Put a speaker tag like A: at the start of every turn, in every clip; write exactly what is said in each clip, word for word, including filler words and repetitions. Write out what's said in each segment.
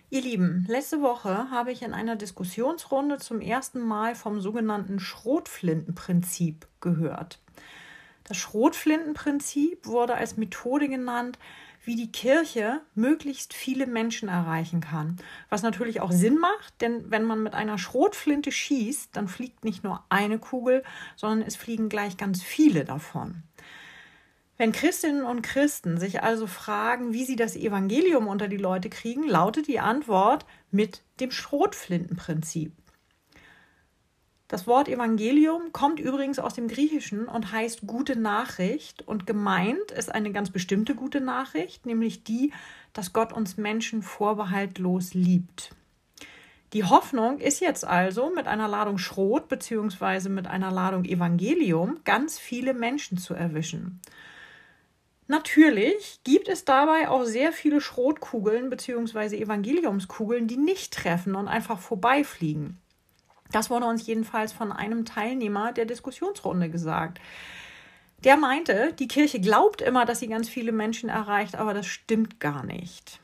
A: Ihr Lieben, letzte Woche habe ich in einer Diskussionsrunde zum ersten Mal vom sogenannten Schrotflintenprinzip gehört. Das Schrotflintenprinzip wurde als Methode genannt, wie die Kirche möglichst viele Menschen erreichen kann. Was natürlich auch Sinn macht, denn wenn man mit einer Schrotflinte schießt, dann fliegt nicht nur eine Kugel, sondern es fliegen gleich ganz viele davon. Wenn Christinnen und Christen sich also fragen, wie sie das Evangelium unter die Leute kriegen, lautet die Antwort mit dem Schrotflintenprinzip. Das Wort Evangelium kommt übrigens aus dem Griechischen und heißt gute Nachricht, und gemeint ist eine ganz bestimmte gute Nachricht, nämlich die, dass Gott uns Menschen vorbehaltlos liebt. Die Hoffnung ist jetzt also, mit einer Ladung Schrot bzw. mit einer Ladung Evangelium ganz viele Menschen zu erwischen. Natürlich gibt es dabei auch sehr viele Schrotkugeln bzw. Evangeliumskugeln, die nicht treffen und einfach vorbeifliegen. Das wurde uns jedenfalls von einem Teilnehmer der Diskussionsrunde gesagt. Der meinte, die Kirche glaubt immer, dass sie ganz viele Menschen erreicht, aber das stimmt gar nicht.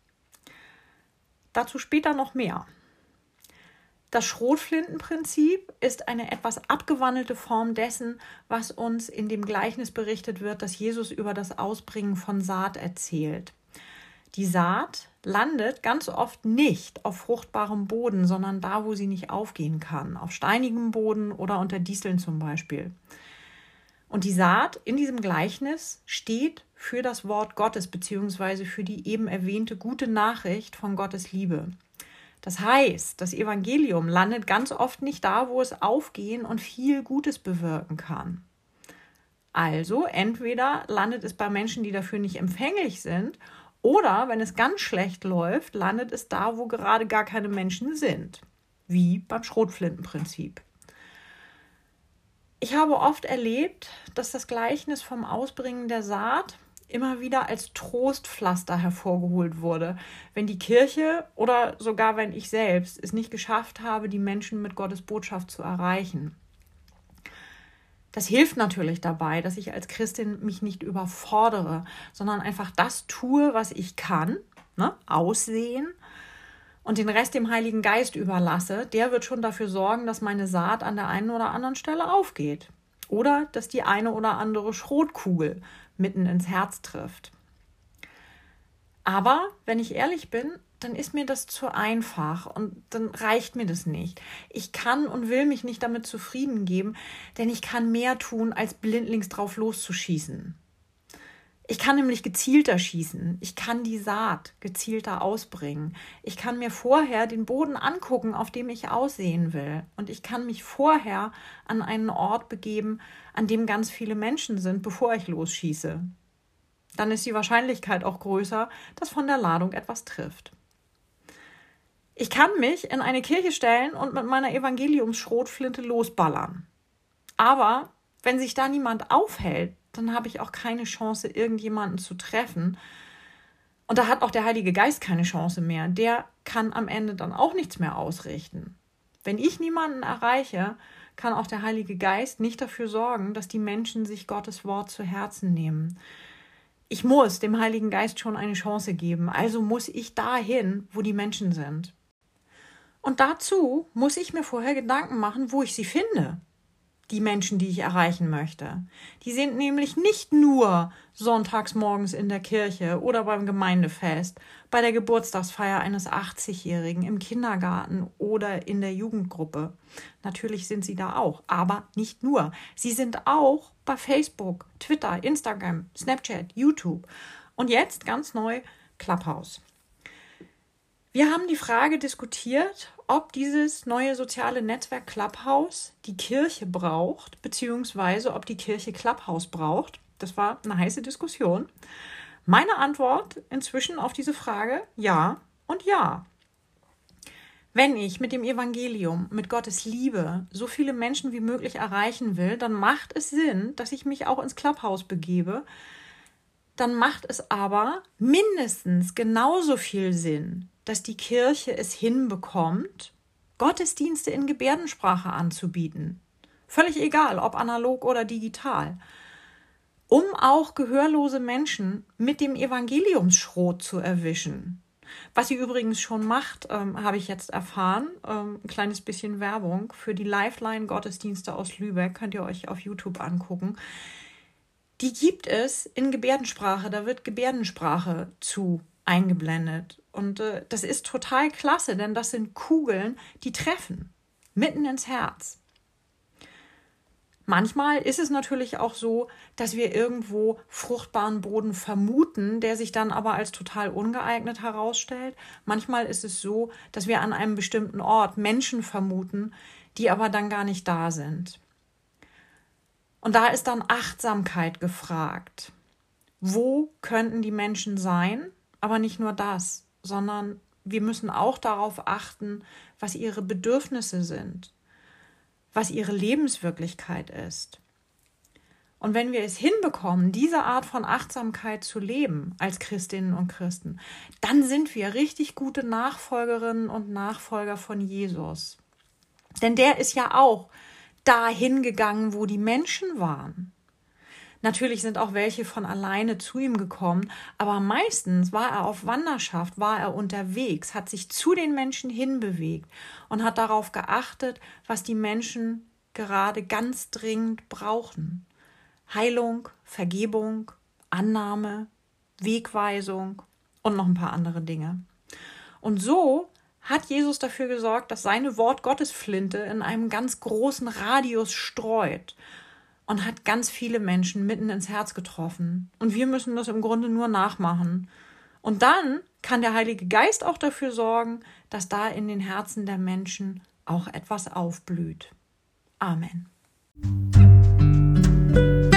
A: Dazu später noch mehr. Das Schrotflintenprinzip ist eine etwas abgewandelte Form dessen, was uns in dem Gleichnis berichtet wird, das Jesus über das Ausbringen von Saat erzählt. Die Saat landet ganz oft nicht auf fruchtbarem Boden, sondern da, wo sie nicht aufgehen kann, auf steinigem Boden oder unter Disteln zum Beispiel. Und die Saat in diesem Gleichnis steht für das Wort Gottes bzw. für die eben erwähnte gute Nachricht von Gottes Liebe. Das heißt, das Evangelium landet ganz oft nicht da, wo es aufgehen und viel Gutes bewirken kann. Also entweder landet es bei Menschen, die dafür nicht empfänglich sind, oder wenn es ganz schlecht läuft, landet es da, wo gerade gar keine Menschen sind, wie beim Schrotflintenprinzip. Ich habe oft erlebt, dass das Gleichnis vom Ausbringen der Saat immer wieder als Trostpflaster hervorgeholt wurde, wenn die Kirche oder sogar wenn ich selbst es nicht geschafft habe, die Menschen mit Gottes Botschaft zu erreichen. Das hilft natürlich dabei, dass ich als Christin mich nicht überfordere, sondern einfach das tue, was ich kann, ne, aussehen, und den Rest dem Heiligen Geist überlasse. Der wird schon dafür sorgen, dass meine Saat an der einen oder anderen Stelle aufgeht. Oder dass die eine oder andere Schrotkugel mitten ins Herz trifft. Aber wenn ich ehrlich bin, dann ist mir das zu einfach und dann reicht mir das nicht. Ich kann und will mich nicht damit zufrieden geben, denn ich kann mehr tun, als blindlings drauf loszuschießen. Ich kann nämlich gezielter schießen. Ich kann die Saat gezielter ausbringen. Ich kann mir vorher den Boden angucken, auf dem ich aussehen will. Und ich kann mich vorher an einen Ort begeben, an dem ganz viele Menschen sind, bevor ich losschieße. Dann ist die Wahrscheinlichkeit auch größer, dass von der Ladung etwas trifft. Ich kann mich in eine Kirche stellen und mit meiner Evangeliumsschrotflinte losballern. Aber wenn sich da niemand aufhält, dann habe ich auch keine Chance, irgendjemanden zu treffen. Und da hat auch der Heilige Geist keine Chance mehr. Der kann am Ende dann auch nichts mehr ausrichten. Wenn ich niemanden erreiche, kann auch der Heilige Geist nicht dafür sorgen, dass die Menschen sich Gottes Wort zu Herzen nehmen. Ich muss dem Heiligen Geist schon eine Chance geben, also muss ich dahin, wo die Menschen sind. Und dazu muss ich mir vorher Gedanken machen, wo ich sie finde. Die Menschen, die ich erreichen möchte. Die sind nämlich nicht nur sonntags morgens in der Kirche oder beim Gemeindefest, bei der Geburtstagsfeier eines achtzigjährigen, im Kindergarten oder in der Jugendgruppe. Natürlich sind sie da auch, aber nicht nur. Sie sind auch bei Facebook, Twitter, Instagram, Snapchat, YouTube und jetzt ganz neu Clubhouse. Wir haben die Frage diskutiert, ob dieses neue soziale Netzwerk Clubhouse die Kirche braucht, beziehungsweise ob die Kirche Clubhouse braucht. Das war eine heiße Diskussion. Meine Antwort inzwischen auf diese Frage: ja und ja. Wenn ich mit dem Evangelium, mit Gottes Liebe so viele Menschen wie möglich erreichen will, dann macht es Sinn, dass ich mich auch ins Clubhouse begebe. Dann macht es aber mindestens genauso viel Sinn, dass die Kirche es hinbekommt, Gottesdienste in Gebärdensprache anzubieten. Völlig egal, ob analog oder digital. Um auch gehörlose Menschen mit dem Evangeliumsschrot zu erwischen. Was sie übrigens schon macht, ähm, habe ich jetzt erfahren. Ähm, ein kleines bisschen Werbung für die Lifeline-Gottesdienste aus Lübeck. Könnt ihr euch auf YouTube angucken. Die gibt es in Gebärdensprache. Da wird Gebärdensprache zu eingeblendet. Und äh, das ist total klasse, denn das sind Kugeln, die treffen. Mitten ins Herz. Manchmal ist es natürlich auch so, dass wir irgendwo fruchtbaren Boden vermuten, der sich dann aber als total ungeeignet herausstellt. Manchmal ist es so, dass wir an einem bestimmten Ort Menschen vermuten, die aber dann gar nicht da sind. Und da ist dann Achtsamkeit gefragt. Wo könnten die Menschen sein? Aber nicht nur das, sondern wir müssen auch darauf achten, was ihre Bedürfnisse sind, was ihre Lebenswirklichkeit ist. Und wenn wir es hinbekommen, diese Art von Achtsamkeit zu leben als Christinnen und Christen, dann sind wir richtig gute Nachfolgerinnen und Nachfolger von Jesus. Denn der ist ja auch dahin gegangen, wo die Menschen waren. Natürlich sind auch welche von alleine zu ihm gekommen, aber meistens war er auf Wanderschaft, war er unterwegs, hat sich zu den Menschen hinbewegt und hat darauf geachtet, was die Menschen gerade ganz dringend brauchen. Heilung, Vergebung, Annahme, Wegweisung und noch ein paar andere Dinge. Und so hat Jesus dafür gesorgt, dass seine Wort-Gottes-Flinte in einem ganz großen Radius streut und hat ganz viele Menschen mitten ins Herz getroffen. Und wir müssen das im Grunde nur nachmachen. Und dann kann der Heilige Geist auch dafür sorgen, dass da in den Herzen der Menschen auch etwas aufblüht. Amen.